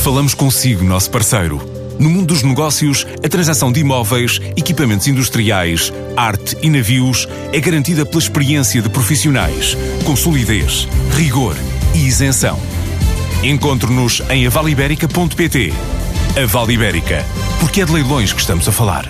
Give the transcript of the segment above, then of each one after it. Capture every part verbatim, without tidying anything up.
Falamos consigo, nosso parceiro. No mundo dos negócios, a transação de imóveis, equipamentos industriais, arte e navios é garantida pela experiência de profissionais, com solidez, rigor e isenção. Encontre-nos em avaliberica ponto pt. A Vale Ibérica, porque é de leilões que estamos a falar.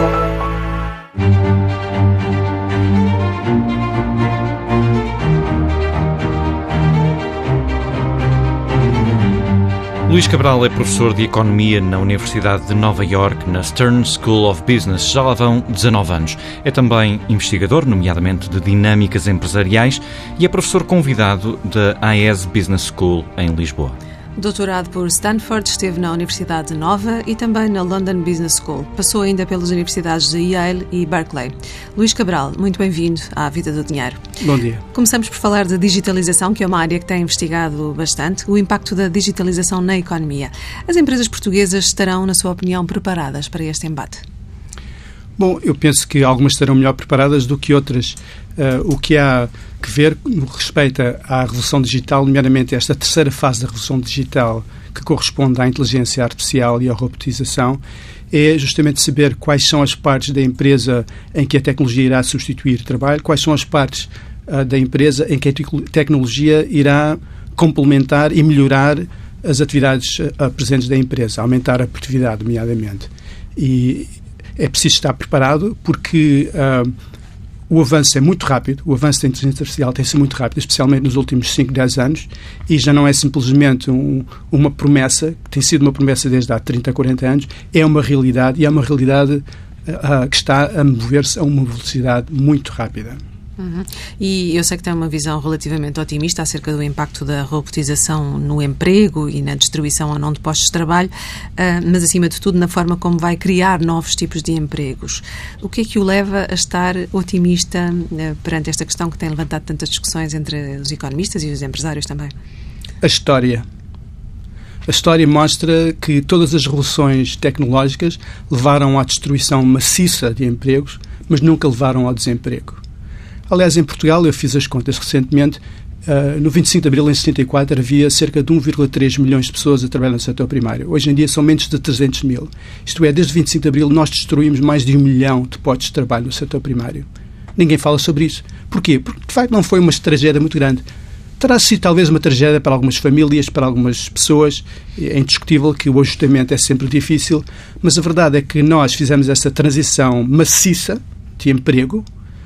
Luís Cabral é professor de Economia na Universidade de Nova Iorque, na Stern School of Business. Já lá vão dezanove anos. É também investigador, nomeadamente de dinâmicas empresariais, e é professor convidado da A E S Business School, em Lisboa. Doutorado por Stanford, esteve na Universidade de Nova e também na London Business School. Passou ainda pelas universidades de Yale e Berkeley. Luís Cabral, muito bem-vindo à Vida do Dinheiro. Bom dia. Começamos por falar de digitalização, que é uma área que tem investigado bastante, o impacto da digitalização na economia. As empresas portuguesas estarão, na sua opinião, preparadas para este embate? Bom, eu penso que algumas estarão melhor preparadas do que outras. Uh, o que há que ver no que respeita à revolução digital, nomeadamente esta terceira fase da revolução digital, que corresponde à inteligência artificial e à robotização, é justamente saber quais são as partes da empresa em que a tecnologia irá substituir trabalho, quais são as partes uh, da empresa em que a tecnologia irá complementar e melhorar as atividades uh, presentes da empresa, aumentar a produtividade, nomeadamente. E é preciso estar preparado porque uh, o avanço é muito rápido, o avanço da inteligência artificial tem sido muito rápido, especialmente nos últimos cinco, dez anos, e já não é simplesmente um, uma promessa, que tem sido uma promessa desde há trinta, quarenta anos, é uma realidade, e é uma realidade uh, que está a mover-se a uma velocidade muito rápida. Uhum. E eu sei que tem uma visão relativamente otimista acerca do impacto da robotização no emprego e na destruição ou não de postos de trabalho, uh, mas acima de tudo na forma como vai criar novos tipos de empregos. O que é que o leva a estar otimista uh, perante esta questão que tem levantado tantas discussões entre os economistas e os empresários também? A história. A história mostra que todas as revoluções tecnológicas levaram à destruição maciça de empregos, mas nunca levaram ao desemprego. Aliás, em Portugal, eu fiz as contas recentemente, uh, no vinte e cinco de abril, em setenta e quatro, havia cerca de um vírgula três milhões de pessoas a trabalhar no setor primário. Hoje em dia são menos de trezentos mil. Isto é, desde vinte e cinco de abril nós destruímos mais de um milhão de postos de trabalho no setor primário. Ninguém fala sobre isso. Porquê? Porque, de facto, não foi uma tragédia muito grande. Terá sido talvez uma tragédia para algumas famílias, para algumas pessoas. É indiscutível que o ajustamento é sempre difícil, mas a verdade é que nós fizemos essa transição maciça de emprego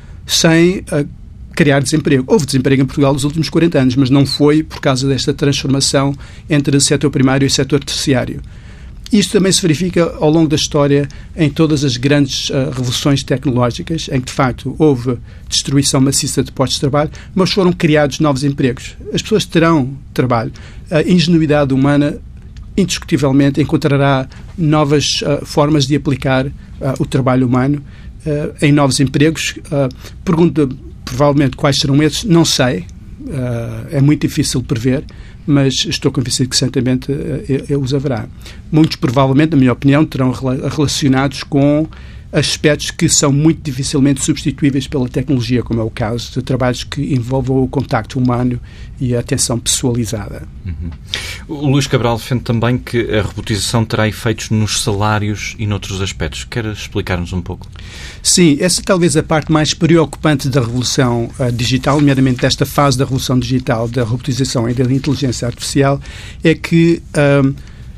sem uh, criar desemprego. Houve desemprego em Portugal nos últimos quarenta anos, mas não foi por causa desta transformação entre o setor primário e o setor terciário. Isto também se verifica ao longo da história em todas as grandes uh, revoluções tecnológicas, em que, de facto, houve destruição maciça de postos de trabalho, mas foram criados novos empregos. As pessoas terão trabalho. A ingenuidade humana, indiscutivelmente, encontrará novas uh, formas de aplicar uh, o trabalho humano Uh, em novos empregos. Uh, pergunta provavelmente quais serão esses, não sei, uh, é muito difícil prever, mas estou convencido que certamente uh, os haverá. Muitos provavelmente, na minha opinião, terão rela- relacionados com aspectos que são muito dificilmente substituíveis pela tecnologia, como é o caso de trabalhos que envolvam o contacto humano e a atenção pessoalizada. Uhum. O Luís Cabral defende também que a robotização terá efeitos nos salários e noutros aspectos. Quer explicar-nos um pouco? Sim, essa é talvez a parte mais preocupante da revolução uh, digital, nomeadamente desta fase da revolução digital, da robotização e da inteligência artificial, é que uh,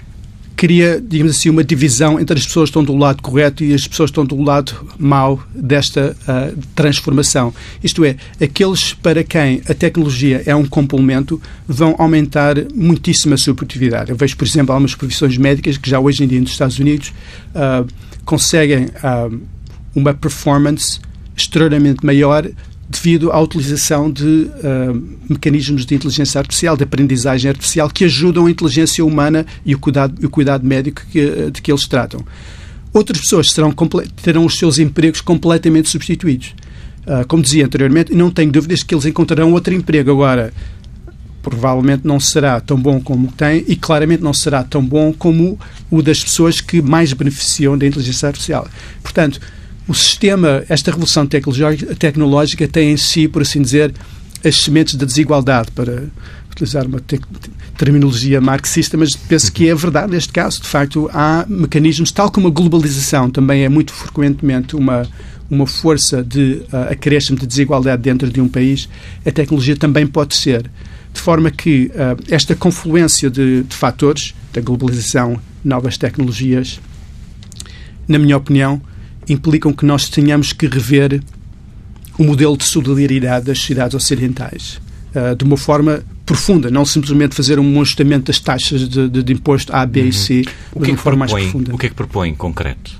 cria, digamos assim, uma divisão entre as pessoas que estão do lado correto e as pessoas que estão do lado mau desta uh, transformação. Isto é, aqueles para quem a tecnologia é um complemento vão aumentar muitíssimo a sua produtividade. Eu vejo, por exemplo, algumas profissões médicas que já hoje em dia nos Estados Unidos uh, conseguem uh, uma performance extremamente maior devido à utilização de uh, mecanismos de inteligência artificial, de aprendizagem artificial, que ajudam a inteligência humana e o cuidado, o cuidado médico que, de que eles tratam. Outras pessoas serão, terão os seus empregos completamente substituídos. Uh, como dizia anteriormente, não tenho dúvidas que eles encontrarão outro emprego. Agora, provavelmente não será tão bom como o que tem e claramente não será tão bom como o das pessoas que mais beneficiam da inteligência artificial. Portanto, o sistema, esta revolução tecnológica tem em si, por assim dizer, as sementes da desigualdade, para utilizar uma te- terminologia marxista, mas penso que é verdade neste caso. De facto, há mecanismos, tal como a globalização também é muito frequentemente uma, uma força de uh, acréscimo de desigualdade dentro de um país, a tecnologia também pode ser. De forma que uh, esta confluência de, de fatores, da globalização, novas tecnologias, na minha opinião, implicam que nós tenhamos que rever o modelo de solidariedade das sociedades ocidentais. Uh, de uma forma profunda, não simplesmente fazer um ajustamento das taxas de, de, de imposto A, B uhum. e C, o que de é uma que forma propõe, mais profunda. O que é que propõe em concreto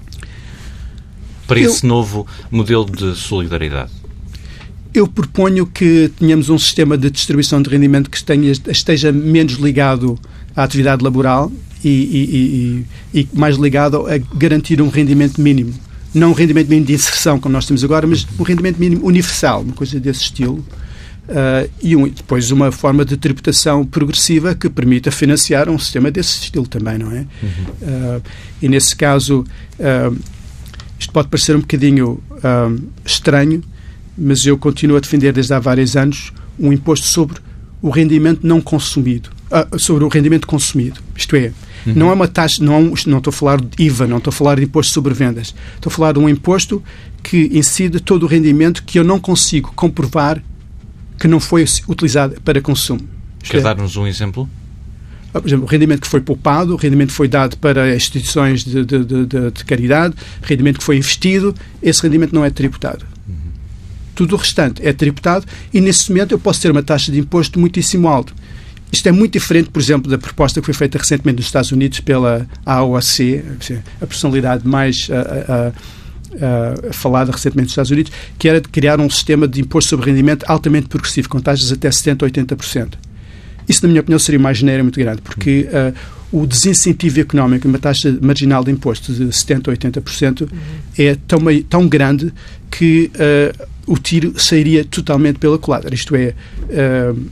para eu, esse novo modelo de solidariedade? Eu proponho que tenhamos um sistema de distribuição de rendimento que tenha, esteja menos ligado à atividade laboral e, e, e, e mais ligado a garantir um rendimento mínimo. Não um rendimento mínimo de inserção, como nós temos agora, mas um rendimento mínimo universal, uma coisa desse estilo. Uh, e um, depois uma forma de tributação progressiva que permita financiar um sistema desse estilo também, não é? Uhum. Uh, e nesse caso, uh, isto pode parecer um bocadinho uh, estranho, mas eu continuo a defender desde há vários anos um imposto sobre o rendimento não consumido, uh, sobre o rendimento consumido. Isto é, uhum. não é uma taxa, não, não estou a falar de I V A, não estou a falar de imposto sobre vendas, estou a falar de um imposto que incide todo o rendimento que eu não consigo comprovar que não foi utilizado para consumo. Quer é, dar-nos um exemplo? Por exemplo, o rendimento que foi poupado, o rendimento que foi dado para instituições de, de, de, de caridade, o rendimento que foi investido, esse rendimento não é tributado. Uhum. Tudo o restante é tributado e, nesse momento, eu posso ter uma taxa de imposto muitíssimo alta. Isto é muito diferente, por exemplo, da proposta que foi feita recentemente nos Estados Unidos pela A O C, a personalidade mais... A, a, Uh, falada recentemente nos Estados Unidos, que era de criar um sistema de imposto sobre rendimento altamente progressivo, com taxas até setenta por cento, oitenta por cento. Isso, na minha opinião, seria uma geneira muito grande, porque uh, o desincentivo económico, uma taxa marginal de imposto de setenta por cento, oitenta por cento, uhum. é tão, tão grande que uh, o tiro sairia totalmente pela culatra. Isto é, uh,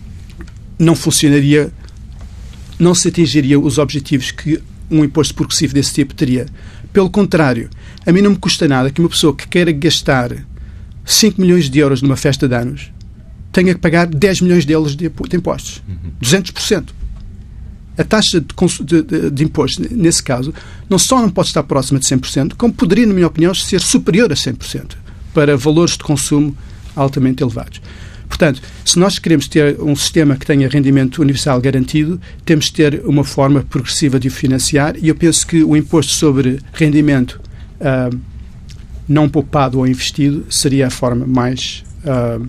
não funcionaria, não se atingiria os objetivos que um imposto progressivo desse tipo teria. Pelo contrário, a mim não me custa nada que uma pessoa que queira gastar cinco milhões de euros numa festa de anos tenha que pagar dez milhões de euros de impostos. Uhum. duzentos por cento. A taxa de, de, de, de imposto, nesse caso, não só não pode estar próxima de cem por cento, como poderia, na minha opinião, ser superior a cem por cento para valores de consumo altamente elevados. Portanto, se nós queremos ter um sistema que tenha rendimento universal garantido, temos de ter uma forma progressiva de o financiar e eu penso que o imposto sobre rendimento uh, não poupado ou investido seria a forma mais, uh,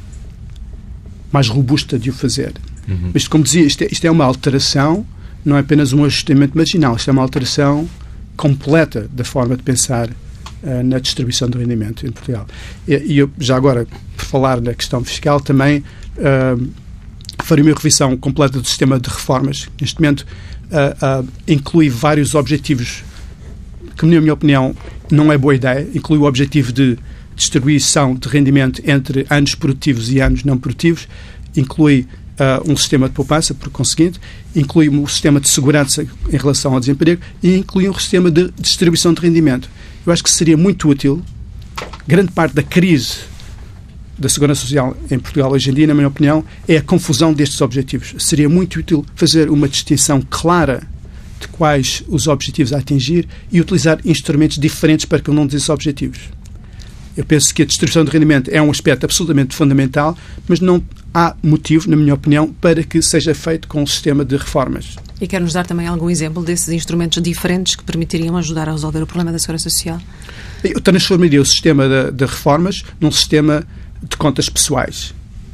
mais robusta de o fazer. Uhum. Mas, como dizia, isto é, isto é uma alteração, não é apenas um ajustamento marginal, isto é uma alteração completa da forma de pensar uh, na distribuição do rendimento em Portugal. E, e eu, já agora, por falar na questão fiscal, também uh, farei uma revisão completa do sistema de reformas. Neste momento, uh, uh, inclui vários objetivos que, na minha opinião, não é boa ideia. Inclui o objetivo de distribuição de rendimento entre anos produtivos e anos não produtivos, inclui uh, um sistema de poupança, por conseguinte, inclui um sistema de segurança em relação ao desemprego e inclui um sistema de distribuição de rendimento. Eu acho que seria muito útil. Grande parte da crise da segurança social em Portugal hoje em dia, na minha opinião, é a confusão destes objetivos. Seria muito útil fazer uma distinção clara de quais os objetivos a atingir e utilizar instrumentos diferentes para cada um desses objetivos. Eu penso que a distribuição de rendimento é um aspecto absolutamente fundamental, mas não há motivo, na minha opinião, para que seja feito com um sistema de reformas. E quer-nos dar também algum exemplo desses instrumentos diferentes que permitiriam ajudar a resolver o problema da segurança social? Eu transformaria o sistema de, de reformas num sistema de contas pessoais.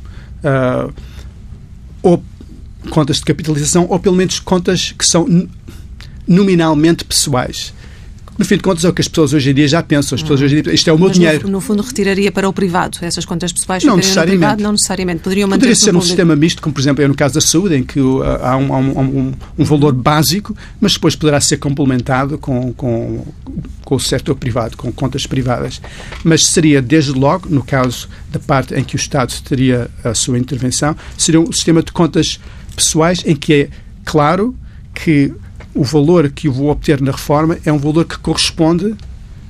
Uh, ou contas de capitalização, ou pelo menos contas que são nominalmente pessoais. No fim de contas, é o que as pessoas hoje em dia já pensam. As pessoas hoje em dia, isto é o meu Mas dinheiro. No, no fundo, retiraria para o privado. Essas contas pessoais não ficariam necessariamente. no privado? Não necessariamente. Poderiam manter Poderia ser um público. sistema misto, como, por exemplo, é no caso da saúde, em que uh, há, um, há um, um, um valor básico, mas depois poderá ser complementado com, com, com o setor privado, com contas privadas. Mas seria, desde logo, no caso da parte em que o Estado teria a sua intervenção, seria um sistema de contas pessoais em que é claro que o valor que eu vou obter na reforma é um valor que corresponde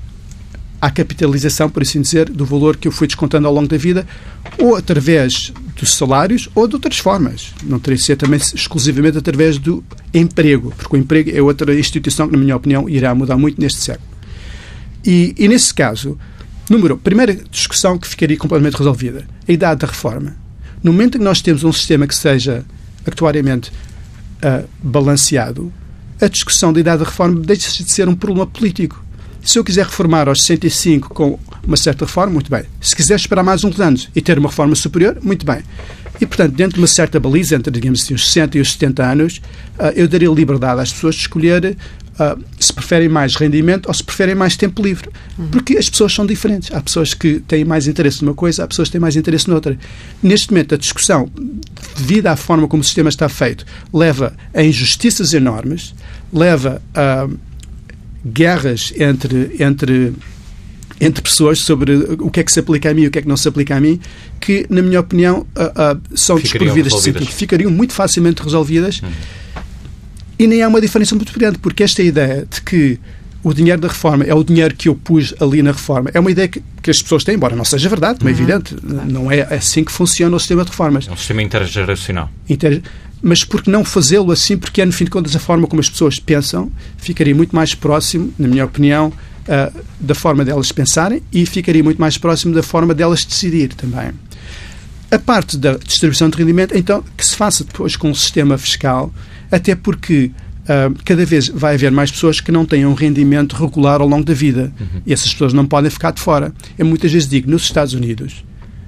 à capitalização, por assim dizer, do valor que eu fui descontando ao longo da vida, ou através dos salários ou de outras formas. Não teria de ser também exclusivamente através do emprego, porque o emprego é outra instituição que, na minha opinião, irá mudar muito neste século. E, e nesse caso, número, primeira discussão que ficaria completamente resolvida, a idade da reforma. No momento em que nós temos um sistema que seja actuariamente uh, balanceado, a discussão da idade da reforma deixa de ser um problema político. Se eu quiser reformar aos sessenta e cinco com uma certa reforma, muito bem. Se quiser esperar mais uns anos e ter uma reforma superior, muito bem. E, portanto, dentro de uma certa baliza, entre, digamos assim, os sessenta e os setenta anos, uh, eu daria liberdade às pessoas de escolher uh, se preferem mais rendimento ou se preferem mais tempo livre. Porque as pessoas são diferentes. Há pessoas que têm mais interesse numa coisa, há pessoas que têm mais interesse noutra. Neste momento, a discussão, devido à forma como o sistema está feito, leva a injustiças enormes, leva a guerras entre, entre, entre pessoas sobre o que é que se aplica a mim e o que é que não se aplica a mim, que, na minha opinião, uh, uh, são desprovidas de sentido. Ficariam muito facilmente resolvidas. Hum. E nem há uma diferença muito grande, porque esta ideia de que o dinheiro da reforma é o dinheiro que eu pus ali na reforma é uma ideia que, que as pessoas têm, embora não seja verdade, como é evidente. Uhum. Não é assim que funciona o sistema de reformas. É um sistema intergeracional. Inter... Mas por que não fazê-lo assim? Porque é, no fim de contas, a forma como as pessoas pensam ficaria muito mais próximo, na minha opinião, uh, da forma delas pensarem e ficaria muito mais próximo da forma delas decidir também. A parte da distribuição de rendimento, então, que se faça depois com um sistema fiscal, até porque uh, cada vez vai haver mais pessoas que não têm um rendimento regular ao longo da vida. Uhum. E essas pessoas não podem ficar de fora. Eu muitas vezes digo, nos Estados Unidos,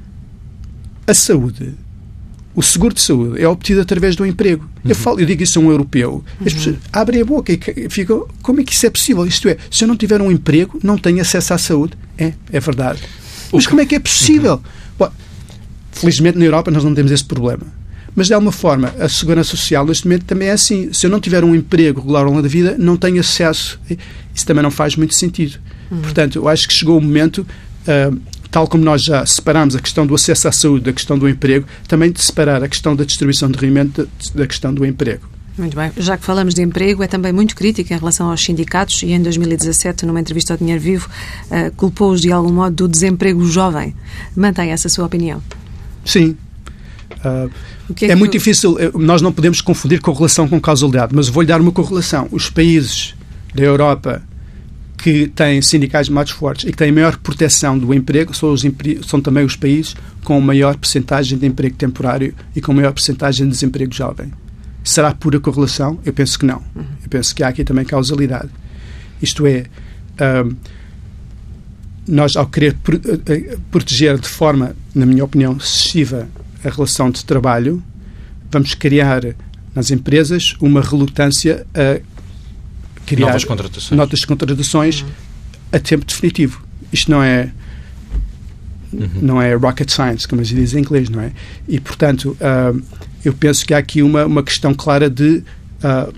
a saúde, o seguro de saúde é obtido através do emprego. Uhum. Eu, falo, eu digo isso a um europeu. As pessoas uhum. abrem a boca e ficam, como é que isso é possível? Isto é, se eu não tiver um emprego, não tenho acesso à saúde. É, é verdade. Mas como é que é possível? Uhum. Bom, felizmente na Europa nós não temos esse problema. Mas, de alguma forma, a segurança social neste momento também é assim. Se eu não tiver um emprego regular ao longo da vida, não tenho acesso. Isso também não faz muito sentido. Uhum. Portanto, eu acho que chegou o momento, uh, tal como nós já separamos a questão do acesso à saúde da questão do emprego, também de separar a questão da distribuição de rendimento da questão do emprego. Muito bem. Já que falamos de emprego, é também muito crítica em relação aos sindicatos e em dois mil e dezassete, numa entrevista ao Dinheiro Vivo, uh, culpou-os de algum modo do desemprego jovem. Mantém essa sua opinião? Sim. Uh, é, é muito que... difícil, nós não podemos confundir correlação com causalidade, mas vou-lhe dar uma correlação. Os países da Europa que têm sindicatos mais fortes e que têm maior proteção do emprego são, os, são também os países com maior percentagem de emprego temporário e com maior percentagem de desemprego jovem. Será pura correlação? Eu penso que não. Eu penso que há aqui também causalidade. Isto é, uh, nós ao querer proteger de forma, na minha opinião, excessiva a relação de trabalho, vamos criar nas empresas uma relutância a criar novas contratações, novas contratações uhum. a tempo definitivo. Isto não é uhum. não é rocket science, como se diz em inglês, não é? E, portanto, uh, eu penso que há aqui uma, uma questão clara de uh,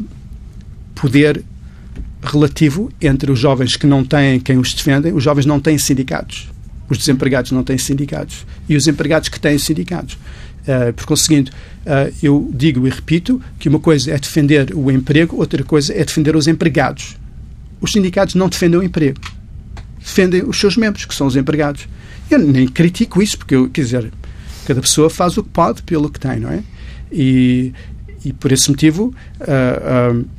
poder relativo entre os jovens que não têm quem os defendem. Os jovens não têm sindicatos. Os desempregados não têm sindicatos. E os empregados que têm sindicatos. Uh, por conseguinte, uh, eu digo e repito que uma coisa é defender o emprego, outra coisa é defender os empregados. Os sindicatos não defendem o emprego. Defendem os seus membros, que são os empregados. Eu nem critico isso, porque, eu, quer dizer, cada pessoa faz o que pode pelo que tem, não é? E, e por esse motivo, uh, uh,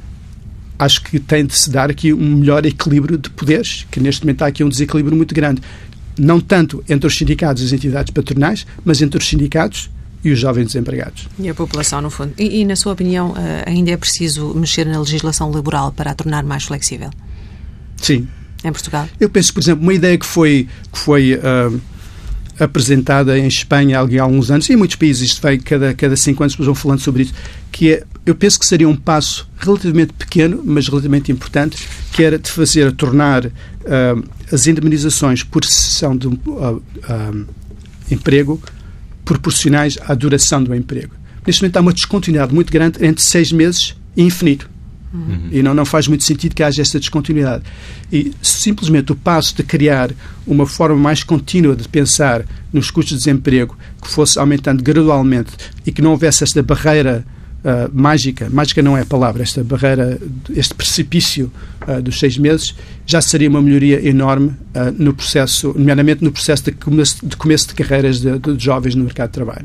acho que tem de se dar aqui um melhor equilíbrio de poderes, que neste momento há aqui um desequilíbrio muito grande. Não tanto entre os sindicatos e as entidades patronais, mas entre os sindicatos e os jovens desempregados. E a população, no fundo. E, e na sua opinião, ainda é preciso mexer na legislação laboral para a tornar mais flexível? Sim. Em Portugal? Eu penso, por exemplo, uma ideia que foi, que foi uh, apresentada em Espanha há alguns anos, e em muitos países, isto vai cada, cada cinco anos, vão falando sobre isso, que é, eu penso que seria um passo relativamente pequeno, mas relativamente importante, que era de fazer, tornar uh, as indemnizações por cessação de uh, uh, emprego proporcionais à duração do emprego. Neste momento há uma descontinuidade muito grande entre seis meses e infinito. Uhum. E não, não faz muito sentido que haja esta descontinuidade. E simplesmente o passo de criar uma forma mais contínua de pensar nos custos de desemprego, que fosse aumentando gradualmente e que não houvesse esta barreira uh, mágica, mágica não é a palavra, esta barreira, este precipício uh, dos seis meses, já seria uma melhoria enorme uh, no processo, nomeadamente no processo de começo de, começo de carreiras de, de jovens no mercado de trabalho.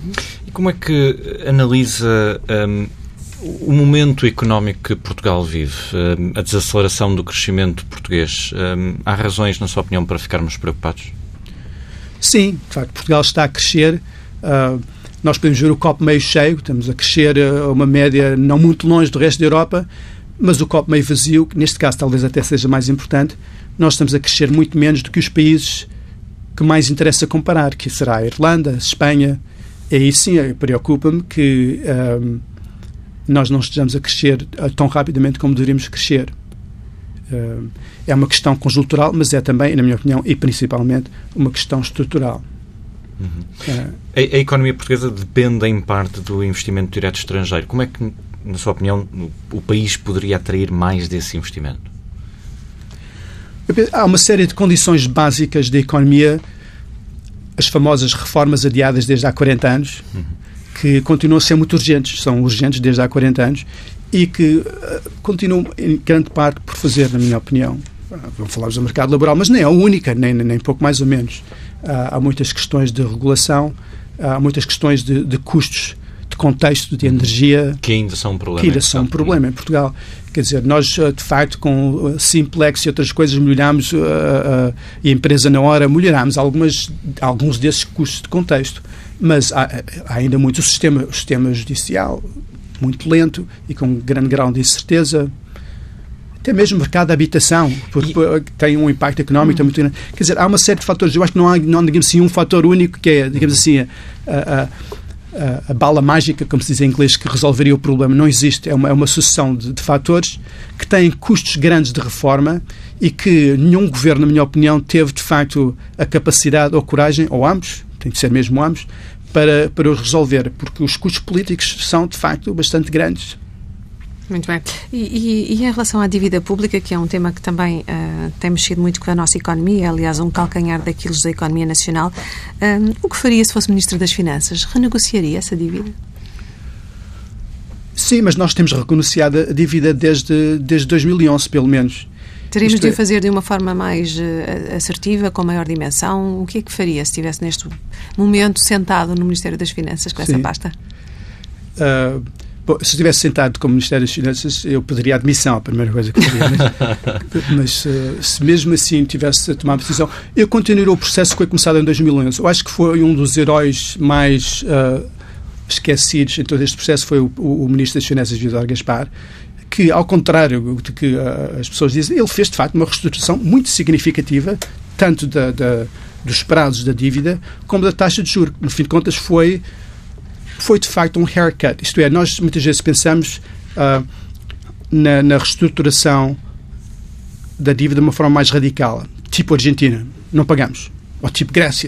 E como é que analisa um, o momento económico que Portugal vive, um, a desaceleração do crescimento português? Um, há razões, na sua opinião, para ficarmos preocupados? Sim, de facto, Portugal está a crescer. Uh, nós podemos ver o copo meio cheio, estamos a crescer a uma média não muito longe do resto da Europa, mas o copo meio vazio, que neste caso talvez até seja mais importante, nós estamos a crescer muito menos do que os países que mais interessa comparar, que será a Irlanda, a Espanha. E aí sim, preocupa-me que um, nós não estejamos a crescer tão rapidamente como deveríamos crescer. Um, é uma questão conjuntural, mas é também, na minha opinião, e principalmente, uma questão estrutural. Uhum. Uh, a, a economia portuguesa depende, em parte, do investimento direto estrangeiro. Como é que, na sua opinião, o país poderia atrair mais desse investimento? Há uma série de condições básicas da economia, as famosas reformas adiadas desde há quarenta anos, uhum. que continuam a ser muito urgentes, são urgentes desde há quarenta anos, e que uh, continuam, em grande parte, por fazer, na minha opinião. Vamos falar do mercado laboral, mas nem é a única, nem, nem pouco mais ou menos. Uh, há muitas questões de regulação, há muitas questões de, de custos, de contexto, de energia. Que ainda são um problema. Que ainda são um problema em Portugal. Quer dizer, nós, de facto, com o Simplex e outras coisas, melhorámos uh, uh, e a empresa na hora, melhorámos algumas, alguns desses custos de contexto. Mas há, há ainda muito o sistema, o sistema judicial, muito lento e com grande grau de incerteza. Até mesmo o mercado da habitação, porque e... tem um impacto económico hum. muito grande. Quer dizer, há uma série de fatores. Eu acho que não há, não há digamos assim, um fator único que é, digamos assim, a, a, a, a bala mágica, como se diz em inglês, que resolveria o problema. Não existe. É uma, é uma sucessão de, de fatores que têm custos grandes de reforma e que nenhum governo, na minha opinião, teve, de facto, a capacidade ou coragem, ou ambos, tem que ser mesmo ambos, para, para os resolver, porque os custos políticos são, de facto, bastante grandes. Muito bem. E, e, e em relação à dívida pública, que é um tema que também uh, tem mexido muito com a nossa economia, aliás, um calcanhar daquilo da economia nacional, um, o que faria se fosse Ministro das Finanças? Renegociaria essa dívida? Sim, mas nós temos renegociado a dívida desde, desde dois mil e onze, pelo menos. Teríamos de o fazer de uma forma mais uh, assertiva, com maior dimensão? O que é que faria se estivesse neste momento sentado no Ministério das Finanças com essa Sim. pasta? Uh, bom, se estivesse sentado como Ministério das Finanças, eu pediria admissão, a primeira coisa que eu faria. Mas, mas uh, se mesmo assim tivesse a tomar a decisão, eu continuaria o processo que foi começado em dois mil e onze. Eu acho que foi um dos heróis mais uh, esquecidos em todo este processo, foi o, o, o Ministro das Finanças, Vítor Gaspar, que, ao contrário do que uh, as pessoas dizem, ele fez, de facto, uma reestruturação muito significativa, tanto da, da, dos prazos da dívida, como da taxa de juros. No fim de contas, foi, foi de facto um haircut. Isto é, nós muitas vezes pensamos uh, na, na reestruturação da dívida de uma forma mais radical, tipo Argentina, não pagamos, ou tipo Grécia,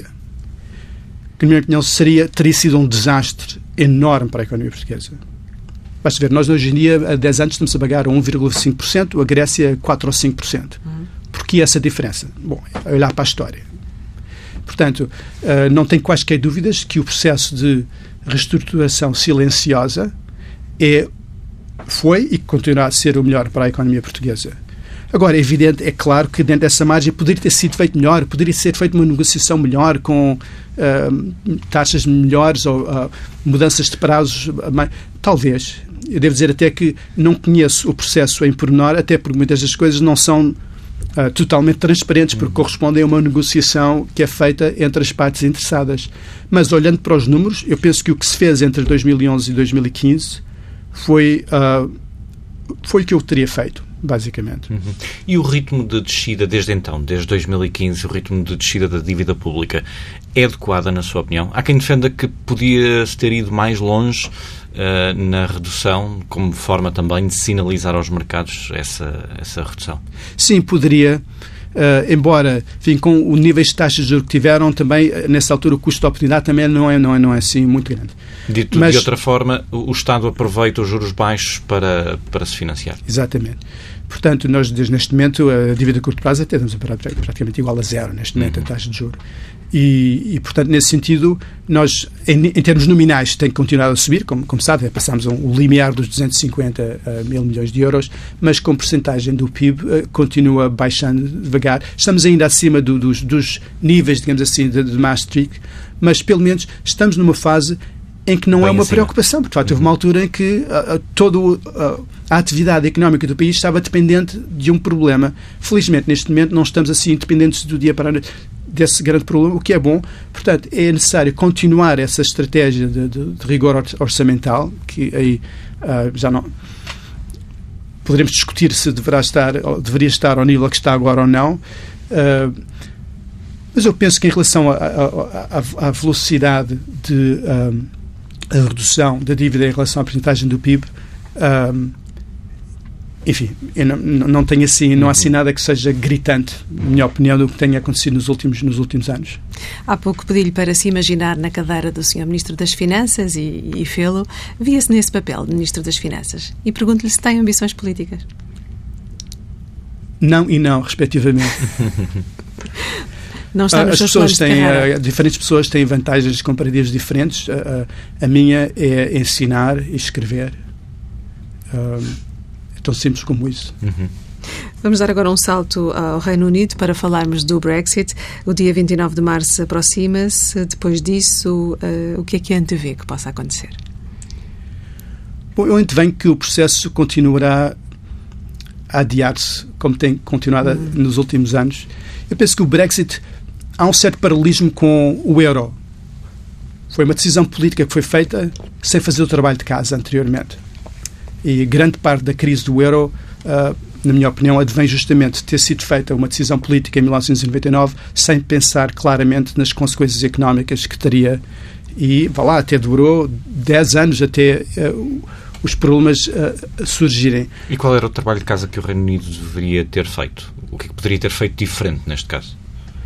que, na minha opinião, seria, teria sido um desastre enorme para a economia portuguesa. Basta ver, nós hoje em dia, há dez anos, estamos a pagar um vírgula cinco por cento, a Grécia quatro ou cinco por cento. Uhum. Porquê essa diferença? Bom, é olhar para a história. Portanto, uh, não tem quaisquer dúvidas que o processo de reestruturação silenciosa é, foi e continuará a ser o melhor para a economia portuguesa. Agora, é evidente, é claro que dentro dessa margem poderia ter sido feito melhor, poderia ser feita uma negociação melhor, com uh, taxas melhores ou uh, mudanças de prazos. Uh, talvez. Eu devo dizer até que não conheço o processo em pormenor, até porque muitas das coisas não são uh, totalmente transparentes, porque correspondem a uma negociação que é feita entre as partes interessadas. Mas, olhando para os números, eu penso que o que se fez entre dois mil e onze e dois mil e quinze foi, uh, foi o que eu teria feito, basicamente. Uhum. E o ritmo de descida desde então, desde dois mil e quinze, o ritmo de descida da dívida pública é adequada, na sua opinião? Há quem defenda que podia-se ter ido mais longe uh, na redução, como forma também de sinalizar aos mercados essa, essa redução. Sim, poderia. Uh, embora, enfim, com os níveis de taxas de juros que tiveram, também, nessa altura, o custo de oportunidade também não é, não é, não é assim muito grande. Dito Mas, de outra forma, o Estado aproveita os juros baixos para, para se financiar. Exatamente. Portanto, nós, desde neste momento, a dívida a curto prazo até estamos a parar praticamente igual a zero, neste momento, uhum. a taxa de juros. E, e, portanto, nesse sentido, nós, em, em termos nominais, tem que continuar a subir, como, como sabe, passamos um, o limiar dos duzentos e cinquenta mil milhões de euros, mas com percentagem do P I B uh, continua baixando devagar. Estamos ainda acima do, dos, dos níveis, digamos assim, de, de Maastricht, mas pelo menos estamos numa fase em que não Bem é uma acima. preocupação, porque de facto houve uma altura em que uh, toda uh, a atividade económica do país estava dependente de um problema. Felizmente, neste momento, não estamos assim dependentes do dia para a noite desse grande problema, o que é bom. Portanto, é necessário continuar essa estratégia de, de, de rigor orçamental, que aí uh, já não... Poderemos discutir se deverá estar, ou deveria estar ao nível que está agora ou não. Uh, mas eu penso que em relação à velocidade de... Uh, a redução da dívida em relação à percentagem do P I B, um, enfim, eu não, não tenho assim, não há assim nada que seja gritante, na minha opinião, do que tenha acontecido nos últimos, nos últimos anos. Há pouco pedi-lhe para se imaginar na cadeira do senhor Ministro das Finanças e, e fê-lo. Via-se nesse papel de Ministro das Finanças e pergunto-lhe se tem ambições políticas. Não e não, respectivamente. Não está nos As seus pessoas planos de têm, carreira. uh, diferentes pessoas têm vantagens comparativas diferentes. Uh, uh, a minha é ensinar e escrever. Uh, é tão simples como isso. Uhum. Vamos dar agora um salto ao Reino Unido para falarmos do Brexit. O dia vinte e nove de março aproxima-se. Depois disso, uh, o que é que antevê que possa acontecer? Bom, eu antevenho que o processo continuará a adiar-se, como tem continuado Uhum. nos últimos anos. Eu penso que o Brexit... Há um certo paralelismo com o euro. Foi uma decisão política que foi feita sem fazer o trabalho de casa anteriormente. E grande parte da crise do euro, uh, na minha opinião, advém justamente de ter sido feita uma decisão política em mil novecentos e noventa e nove sem pensar claramente nas consequências económicas que teria. E, vá lá, até demorou dez anos até uh, os problemas uh, surgirem. E qual era o trabalho de casa que o Reino Unido deveria ter feito? O que é que poderia ter feito diferente neste caso?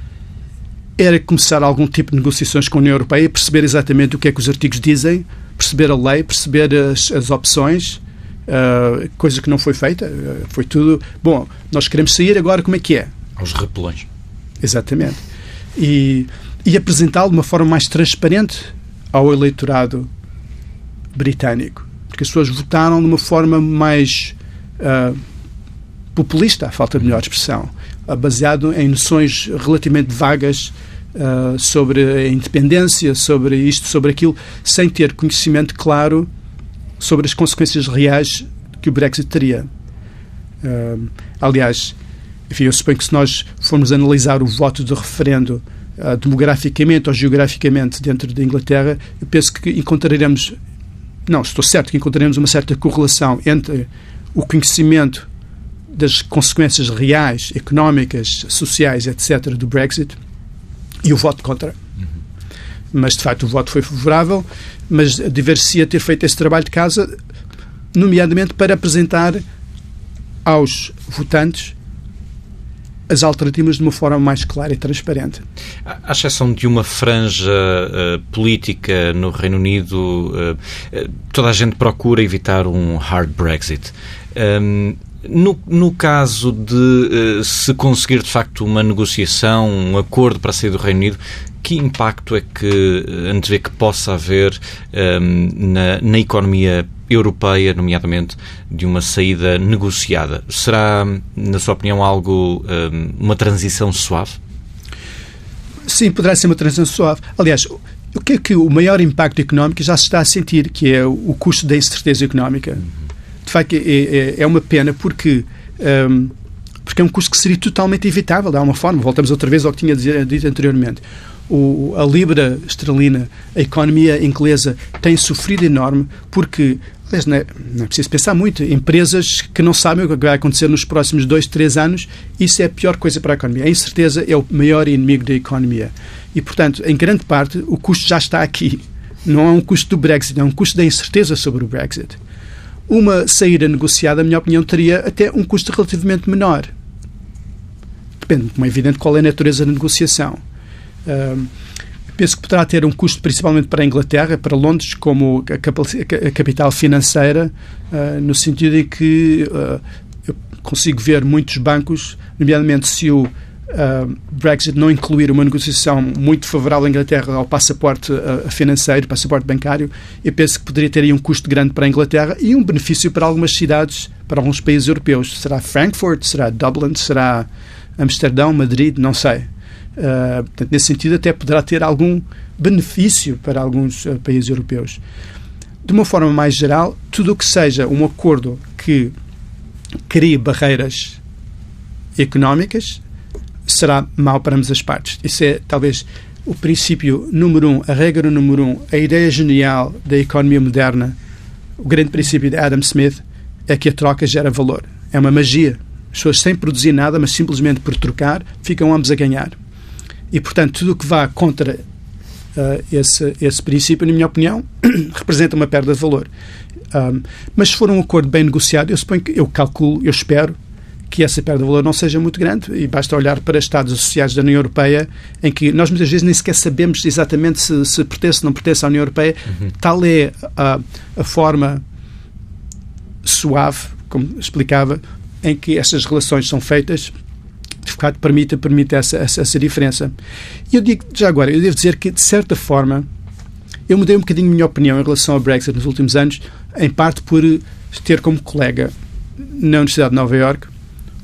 Era começar algum tipo de negociações com a União Europeia, perceber exatamente o que é que os artigos dizem, perceber a lei, perceber as, as opções, uh, coisa que não foi feita. Uh, foi tudo, bom, nós queremos sair, agora como é que é? Aos repelões. Exatamente. E, e apresentá-lo de uma forma mais transparente ao eleitorado britânico. Porque as pessoas votaram de uma forma mais uh, populista, à falta de melhor expressão, uh, baseado em noções relativamente vagas uh, sobre a independência, sobre isto, sobre aquilo, sem ter conhecimento claro sobre as consequências reais que o Brexit teria. Uh, aliás, enfim, eu suponho que se nós formos analisar o voto de referendo uh, demograficamente ou geograficamente dentro da Inglaterra, eu penso que encontraremos, não, estou certo que encontraremos uma certa correlação entre o conhecimento das consequências reais, económicas, sociais, etcétera, do Brexit e o voto contra. Uhum. Mas, de facto, o voto foi favorável, mas dever-se-ia ter feito esse trabalho de casa, nomeadamente para apresentar aos votantes as alternativas de uma forma mais clara e transparente. À exceção de uma franja uh, política no Reino Unido, uh, uh, toda a gente procura evitar um hard Brexit. Um, no, no caso de uh, se conseguir, de facto, uma negociação, um acordo para sair do Reino Unido, que impacto é que antevê que possa haver um, na, na economia europeia, nomeadamente, de uma saída negociada? Será, na sua opinião, algo, um, uma transição suave? Sim, poderá ser uma transição suave. Aliás, o que é que o maior impacto económico já se está a sentir, que é o custo da incerteza económica. De facto, é, é, é uma pena porque, um, porque é um custo que seria totalmente evitável, de alguma forma. Voltamos outra vez ao que tinha dito anteriormente. O, a libra esterlina, a economia inglesa tem sofrido enorme porque, aliás, não é, não é preciso pensar muito, empresas que não sabem o que vai acontecer nos próximos dois, três anos, isso é a pior coisa para a economia. A incerteza é o maior inimigo da economia. E, portanto, em grande parte, o custo já está aqui. Não é um custo do Brexit, é um custo da incerteza sobre o Brexit. Uma saída negociada, na minha opinião, teria até um custo relativamente menor. Depende, como é evidente, qual é a natureza da negociação. Uh, penso que poderá ter um custo principalmente para a Inglaterra, para Londres, como a, cap- a capital financeira, uh, no sentido em que uh, eu consigo ver muitos bancos, nomeadamente se o uh, Brexit não incluir uma negociação muito favorável à Inglaterra ao passaporte uh, financeiro, passaporte bancário, eu penso que poderia ter aí um custo grande para a Inglaterra e um benefício para algumas cidades, para alguns países europeus. Será Frankfurt, será Dublin, será Amsterdão, Madrid, não sei. Uh, portanto, nesse sentido, até poderá ter algum benefício para alguns uh, países europeus. De uma forma mais geral, tudo o que seja um acordo que crie barreiras económicas será mau para ambas as partes. Isso é, talvez, o princípio número um, a regra número um, a ideia genial da economia moderna, o grande princípio de Adam Smith, é que a troca gera valor. É uma magia. As pessoas, sem produzir nada, mas simplesmente por trocar, ficam ambos a ganhar. E, portanto, tudo o que vá contra uh, esse, esse princípio, na minha opinião, representa uma perda de valor. Um, mas se for um acordo bem negociado, eu suponho que, eu calculo, eu espero que essa perda de valor não seja muito grande, e basta olhar para Estados associados da União Europeia, em que nós muitas vezes nem sequer sabemos exatamente se, se pertence ou não pertence à União Europeia. Uhum. Tal é a, a forma suave, como explicava, em que essas relações são feitas, de facto permite, permite essa, essa, essa diferença. E eu digo, já agora, eu devo dizer que, de certa forma, eu mudei um bocadinho a minha opinião em relação ao Brexit nos últimos anos, em parte por ter como colega na Universidade de Nova Iorque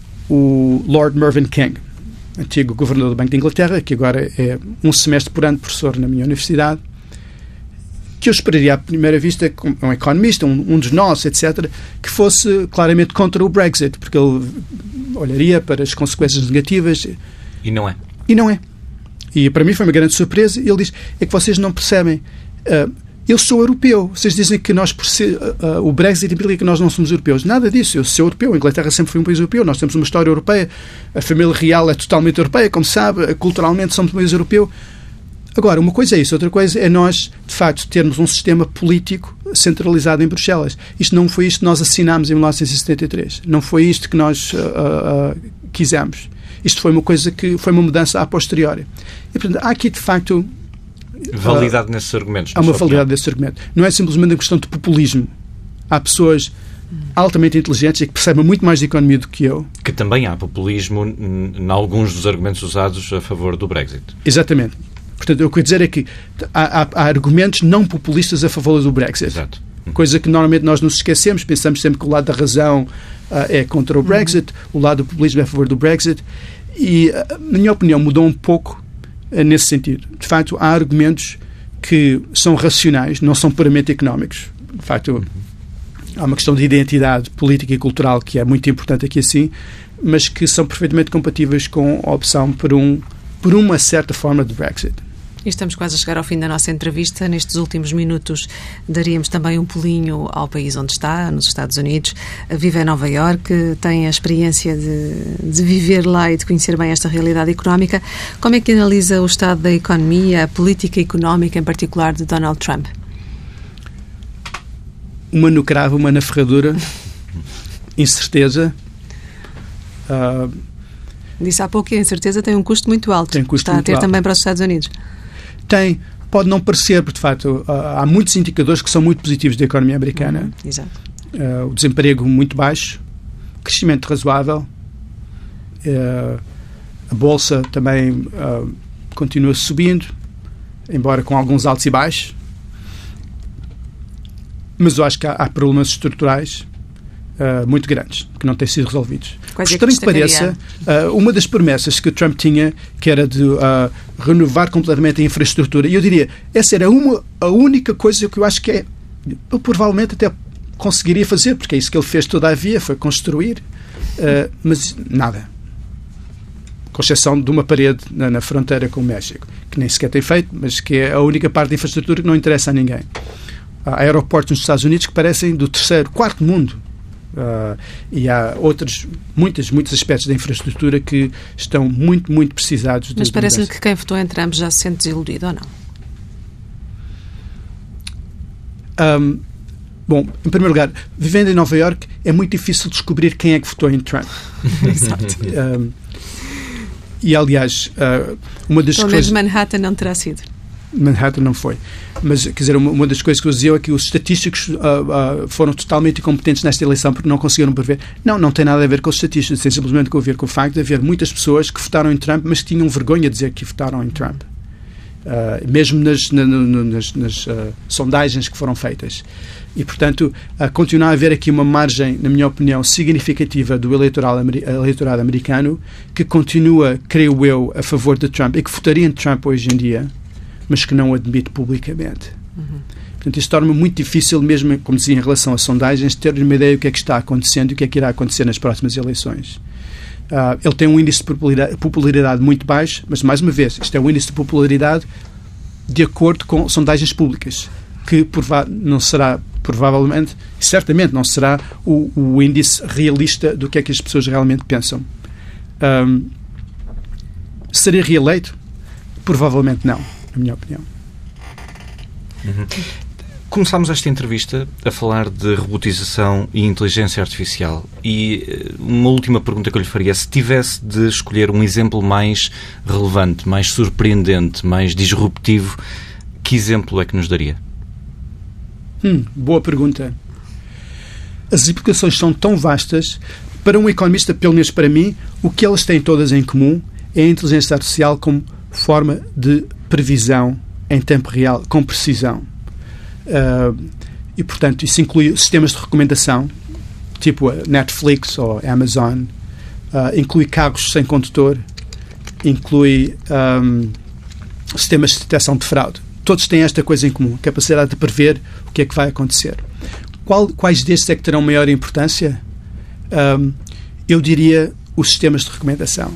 o Lord Mervyn King, antigo governador do Banco de Inglaterra, que agora é um semestre por ano professor na minha universidade, que eu esperaria à primeira vista, um economista, um, um dos nossos, etcétera, que fosse claramente contra o Brexit, porque ele olharia para as consequências negativas. E não é. E não é. E para mim foi uma grande surpresa. Ele diz, é que vocês não percebem. Uh, eu sou europeu. Vocês dizem que nós, uh, uh, o Brexit implica que nós não somos europeus. Nada disso. Eu sou europeu. A Inglaterra sempre foi um país europeu. Nós temos uma história europeia. A família real é totalmente europeia, como sabe. Culturalmente somos um país europeu. Agora, uma coisa é isso. Outra coisa é nós, de facto, termos um sistema político centralizado em Bruxelas. Isto não foi isto que nós assinámos em mil novecentos e setenta e três. Não foi isto que nós uh, uh, quisemos. Isto foi uma coisa que foi uma mudança a posteriori. E, portanto, há aqui, de facto... Validade uh, nesses argumentos. Há uma validade desses argumentos. Não é simplesmente uma questão de populismo. Há pessoas altamente inteligentes e que percebem muito mais de economia do que eu. Que também há populismo em alguns dos argumentos usados a favor do Brexit. Exatamente. Portanto, o que eu quero dizer é que há, há, há argumentos não populistas a favor do Brexit. Exato. Coisa que normalmente nós nos esquecemos. Pensamos sempre que o lado da razão uh, é contra o Brexit, uhum. o lado do populismo é a favor do Brexit. E, uh, na minha opinião, mudou um pouco uh, nesse sentido. De facto, há argumentos que são racionais, não são puramente económicos. De facto, uhum. há uma questão de identidade política e cultural que é muito importante aqui assim, mas que são perfeitamente compatíveis com a opção por, um, por uma certa forma de Brexit. E estamos quase a chegar ao fim da nossa entrevista. Nestes últimos minutos daríamos também um pulinho ao país onde está, nos Estados Unidos. Vive em Nova Iorque, tem a experiência de, de viver lá e de conhecer bem esta realidade económica. Como é que analisa o estado da economia, a política económica em particular de Donald Trump? Uma no cravo, uma na ferradura. Incerteza. Uh, Disse há pouco que a incerteza tem um custo muito alto. Tem custo está muito a ter alto. Também para os Estados Unidos. Tem, pode não parecer, porque de facto há muitos indicadores que são muito positivos da economia americana. Uhum, exato. Uh, o desemprego muito baixo, crescimento razoável, uh, a bolsa também uh, continua subindo, embora com alguns altos e baixos, mas eu acho que há, há problemas estruturais Uh, muito grandes, que não têm sido resolvidos. Quais é Estranho que que pareça, uh, uma das promessas que o Trump tinha, que era de uh, renovar completamente a infraestrutura, e eu diria, essa era uma, a única coisa que eu acho que é, eu provavelmente até conseguiria fazer, porque é isso que ele fez todavia, foi construir, uh, mas nada. Com exceção de uma parede na, na fronteira com o México, que nem sequer tem feito, mas que é a única parte da infraestrutura que não interessa a ninguém. Há aeroportos nos Estados Unidos que parecem do terceiro, quarto mundo. Uh, e há outros, muitos, muitos aspectos da infraestrutura que estão muito, muito precisados. Mas parece-lhe que quem votou em Trump já se sente desiludido ou não? Um, bom, em primeiro lugar, vivendo em Nova Iorque é muito difícil descobrir quem é que votou em Trump. Exato. Um, e aliás, uh, uma das Pelo coisas... menos Manhattan não terá sido. Manhattan não foi. Mas, quer dizer, uma, uma das coisas que eu dizia é que os estatísticos uh, uh, foram totalmente incompetentes nesta eleição porque não conseguiram prever. Não, não tem nada a ver com os estatísticos, tem simplesmente a ver com o facto de haver muitas pessoas que votaram em Trump, mas que tinham vergonha de dizer que votaram em Trump. Uh, mesmo nas, na, nas, nas uh, sondagens que foram feitas. E, portanto, a continuar a haver aqui uma margem, na minha opinião, significativa do eleitorado, eleitorado americano que continua, creio eu, a favor de Trump e que votaria em Trump hoje em dia, mas que não o admite publicamente. Uhum. Portanto, isso torna muito difícil, mesmo, como dizia, em relação a sondagens, ter uma ideia do que é que está acontecendo e o que é que irá acontecer nas próximas eleições. Uh, ele tem um índice de popularidade, popularidade muito baixo, mas, mais uma vez, isto é um índice de popularidade de acordo com sondagens públicas, que prova- não será, provavelmente, certamente não será o, o índice realista do que é que as pessoas realmente pensam. Um, seria reeleito? Provavelmente não, na minha opinião. Uhum. Começámos esta entrevista a falar de robotização e inteligência artificial e uma última pergunta que eu lhe faria, se tivesse de escolher um exemplo mais relevante, mais surpreendente, mais disruptivo, que exemplo é que nos daria? Hum, boa pergunta. As implicações são tão vastas. Para um economista, pelo menos para mim, o que elas têm todas em comum é a inteligência artificial como forma de previsão em tempo real, com precisão. Uh, e, portanto, isso inclui sistemas de recomendação, tipo a Netflix ou a Amazon, uh, inclui carros sem condutor, inclui um, sistemas de detecção de fraude. Todos têm esta coisa em comum, a capacidade de prever o que é que vai acontecer. Qual, quais destes é que terão maior importância? Um, eu diria os sistemas de recomendação.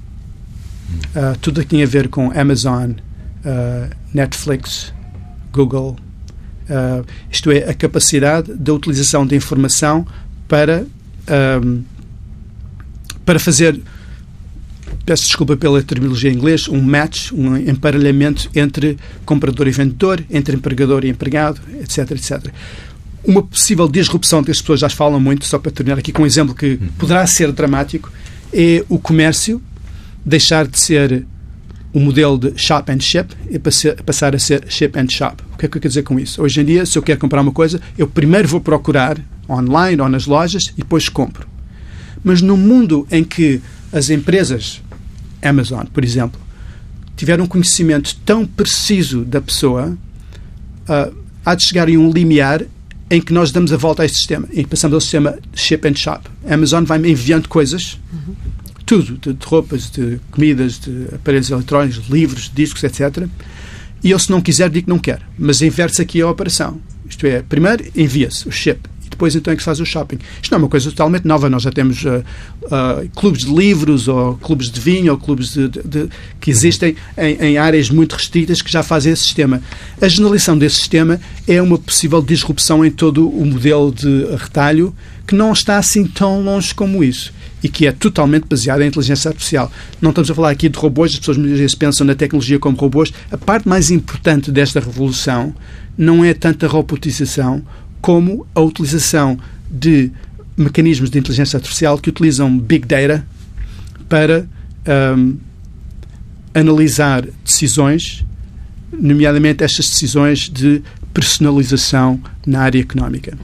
Uh, tudo o que tem a ver com Amazon, uh, Netflix, Google. Uh, isto é, a capacidade da utilização de informação para, um, para fazer, peço desculpa pela terminologia em inglês, um match, um emparelhamento entre comprador e vendedor, entre empregador e empregado, etc, etcétera. Uma possível disrupção que as pessoas já falam muito, só para terminar aqui com um exemplo que poderá ser dramático, é o comércio deixar de ser o modelo de shop and ship e passar a ser ship and shop. O que é que eu quero dizer com isso? Hoje em dia, se eu quero comprar uma coisa, eu primeiro vou procurar online ou nas lojas e depois compro. Mas no mundo em que as empresas, Amazon, por exemplo, tiveram um conhecimento tão preciso da pessoa, uh, há de chegar em um limiar em que nós damos a volta a este sistema e passamos ao sistema ship and shop. A Amazon vai-me enviando coisas, uhum. tudo, de, de roupas, de comidas, de aparelhos eletrónicos, livros, discos, etcétera. E eu, se não quiser, digo que não quero. Mas inverte-se aqui a operação. Isto é, primeiro envia-se o chip e depois então é que se faz o shopping. Isto não é uma coisa totalmente nova. Nós já temos uh, uh, clubes de livros ou clubes de vinho ou clubes de, de, de, que existem em, em áreas muito restritas que já fazem esse sistema. A generalização desse sistema é uma possível disrupção em todo o modelo de retalho que não está assim tão longe como isso e que é totalmente baseada em inteligência artificial. Não estamos a falar aqui de robôs, as pessoas muitas vezes pensam na tecnologia como robôs. A parte mais importante desta revolução não é tanto a robotização como a utilização de mecanismos de inteligência artificial que utilizam Big Data para um, analisar decisões, nomeadamente estas decisões de personalização na área económica.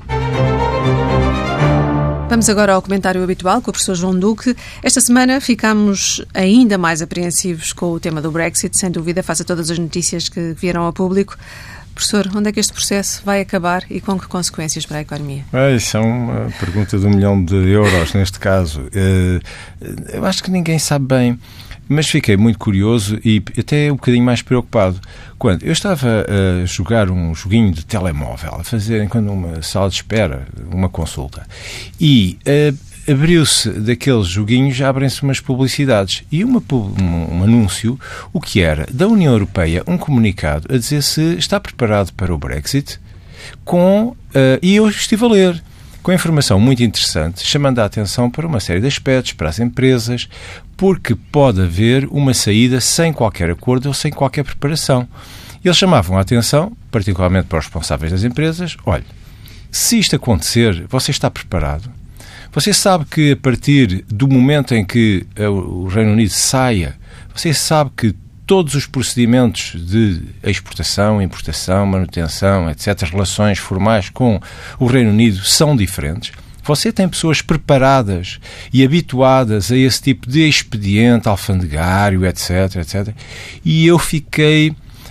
Vamos agora ao comentário habitual com o professor João Duque. Esta semana ficámos ainda mais apreensivos com o tema do Brexit, sem dúvida, face a todas as notícias que vieram ao público. Professor, onde é que este processo vai acabar e com que consequências para a economia? É, isso é uma pergunta de um milhão de euros, neste caso. Eu acho que ninguém sabe bem, mas fiquei muito curioso e até um bocadinho mais preocupado quando eu estava a jogar um joguinho de telemóvel, a fazer enquanto numa sala de espera, uma consulta, e uh, abriu-se daqueles joguinhos, já abrem-se umas publicidades e uma, um, um anúncio, o que era, da União Europeia, um comunicado a dizer se está preparado para o Brexit, com, uh, e eu estive a ler, com informação muito interessante, chamando a atenção para uma série de aspectos, para as empresas, porque pode haver uma saída sem qualquer acordo ou sem qualquer preparação. Eles chamavam a atenção, particularmente para os responsáveis das empresas, olha, se isto acontecer, você está preparado? Você sabe que a partir do momento em que o Reino Unido saia, você sabe que todos os procedimentos de exportação, importação, manutenção, etcétera, relações formais com o Reino Unido são diferentes. Você tem pessoas preparadas e habituadas a esse tipo de expediente alfandegário, etcétera, etcétera. E eu fiquei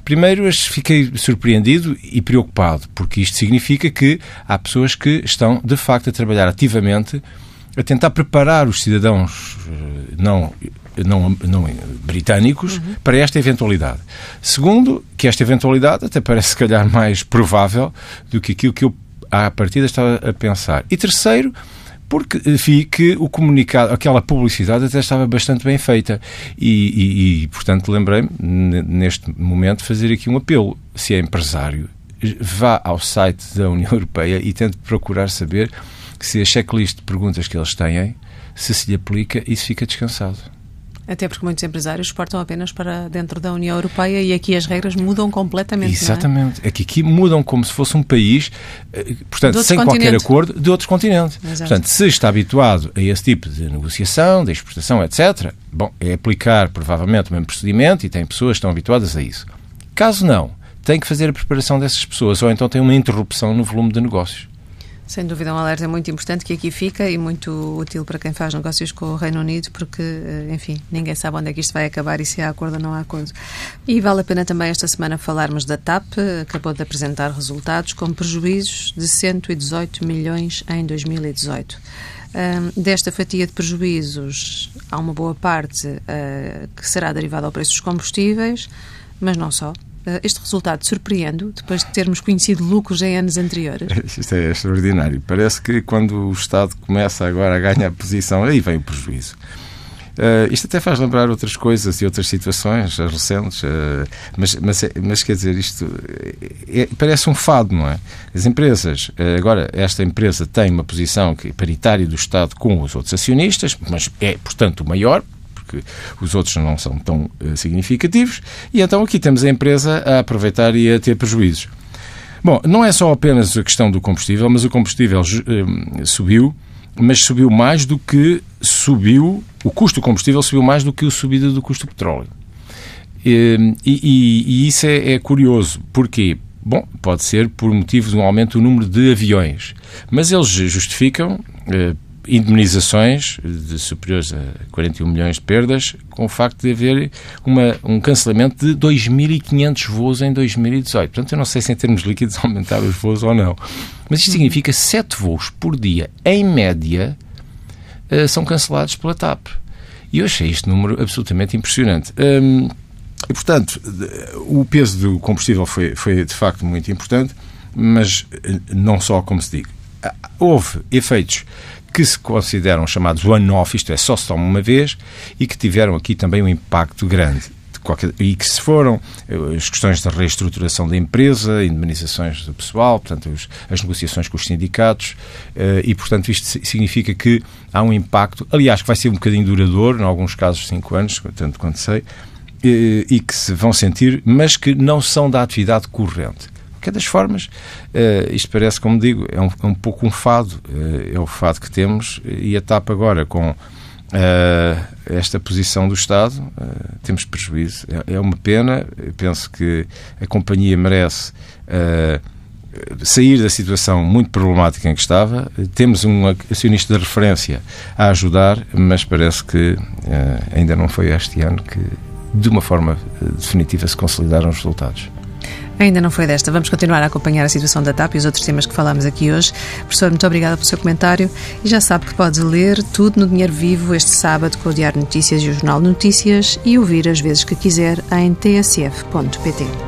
Primeiro, fiquei surpreendido e preocupado, porque isto significa que há pessoas que estão, de facto, a trabalhar ativamente a tentar preparar os cidadãos não, não, não britânicos uhum. para esta eventualidade. Segundo, que esta eventualidade até parece, se calhar, mais provável do que aquilo que eu, à partida, estava a pensar. E terceiro, porque vi que o comunicado, aquela publicidade até estava bastante bem feita e, e, e portanto, lembrei-me, neste momento, fazer aqui um apelo. Se é empresário, vá ao site da União Europeia e tente procurar saber se a checklist de perguntas que eles têm, se se lhe aplica e se fica descansado. Até porque muitos empresários exportam apenas para dentro da União Europeia e aqui as regras mudam completamente. Exatamente. É? É que aqui mudam como se fosse um país, portanto, sem qualquer acordo, de outros continentes. Exato. Portanto, se está habituado a esse tipo de negociação, de exportação, etcétera, bom, é aplicar provavelmente o mesmo procedimento e tem pessoas que estão habituadas a isso. Caso não, tem que fazer a preparação dessas pessoas ou então tem uma interrupção no volume de negócios. Sem dúvida, um alerta muito importante que aqui fica e muito útil para quem faz negócios com o Reino Unido, porque, enfim, ninguém sabe onde é que isto vai acabar e se há acordo ou não há acordo. E vale a pena também esta semana falarmos da T A P, acabou de apresentar resultados com prejuízos de cento e dezoito milhões em dois mil e dezoito. Um, desta fatia de prejuízos, há uma boa parte uh, que será derivada ao preço dos combustíveis, mas não só. Este resultado surpreende, depois de termos conhecido lucros em anos anteriores? Isto é extraordinário. Parece que quando o Estado começa agora a ganhar posição, aí vem o prejuízo. Uh, isto até faz lembrar outras coisas e outras situações recentes, uh, mas, mas, mas quer dizer, isto é, parece um fado, não é? As empresas, uh, agora esta empresa tem uma posição que é paritária do Estado com os outros acionistas, mas é, portanto, o maior, porque os outros não são tão uh, significativos, e então aqui temos a empresa a aproveitar e a ter prejuízos. Bom, não é só apenas a questão do combustível, mas o combustível uh, subiu, mas subiu mais do que subiu, o custo do combustível subiu mais do que a subida do custo do petróleo. E, e, e isso é, é curioso. Porquê? Bom, pode ser por motivo de um aumento do número de aviões, mas eles justificam uh, indemnizações de superiores a quarenta e um milhões de perdas com o facto de haver uma, um cancelamento de dois mil e quinhentos voos em dois mil e dezoito. Portanto, eu não sei se em termos líquidos aumentaram os voos ou não. Mas isto significa sete voos por dia, em média, uh, são cancelados pela T A P. E eu achei este número absolutamente impressionante. Um, e, portanto, o peso do combustível foi, foi, de facto, muito importante, mas não só, como se diz. Houve efeitos que se consideram chamados one-off, isto é, só se toma uma vez, e que tiveram aqui também um impacto grande. De qualquer, e que se foram as questões da reestruturação da empresa, indemnizações do pessoal, portanto, os, as negociações com os sindicatos, uh, e, portanto, isto significa que há um impacto, aliás, que vai ser um bocadinho duradouro, em alguns casos cinco anos, tanto quanto sei, e, e que se vão sentir, mas que não são da atividade corrente. De qualquer das formas, uh, isto parece, como digo, é um, é um pouco um fado, uh, é o fado que temos, e a T A P agora com uh, esta posição do Estado, uh, temos prejuízo. É, é uma pena, eu penso que a companhia merece uh, sair da situação muito problemática em que estava. Temos um acionista de referência a ajudar, mas parece que uh, ainda não foi este ano que, de uma forma definitiva, se consolidaram os resultados. Ainda não foi desta. Vamos continuar a acompanhar a situação da T A P e os outros temas que falámos aqui hoje. Professor, muito obrigada pelo seu comentário e já sabe que pode ler tudo no Dinheiro Vivo este sábado com o Diário de Notícias e o Jornal de Notícias e ouvir as vezes que quiser em t s f ponto p t.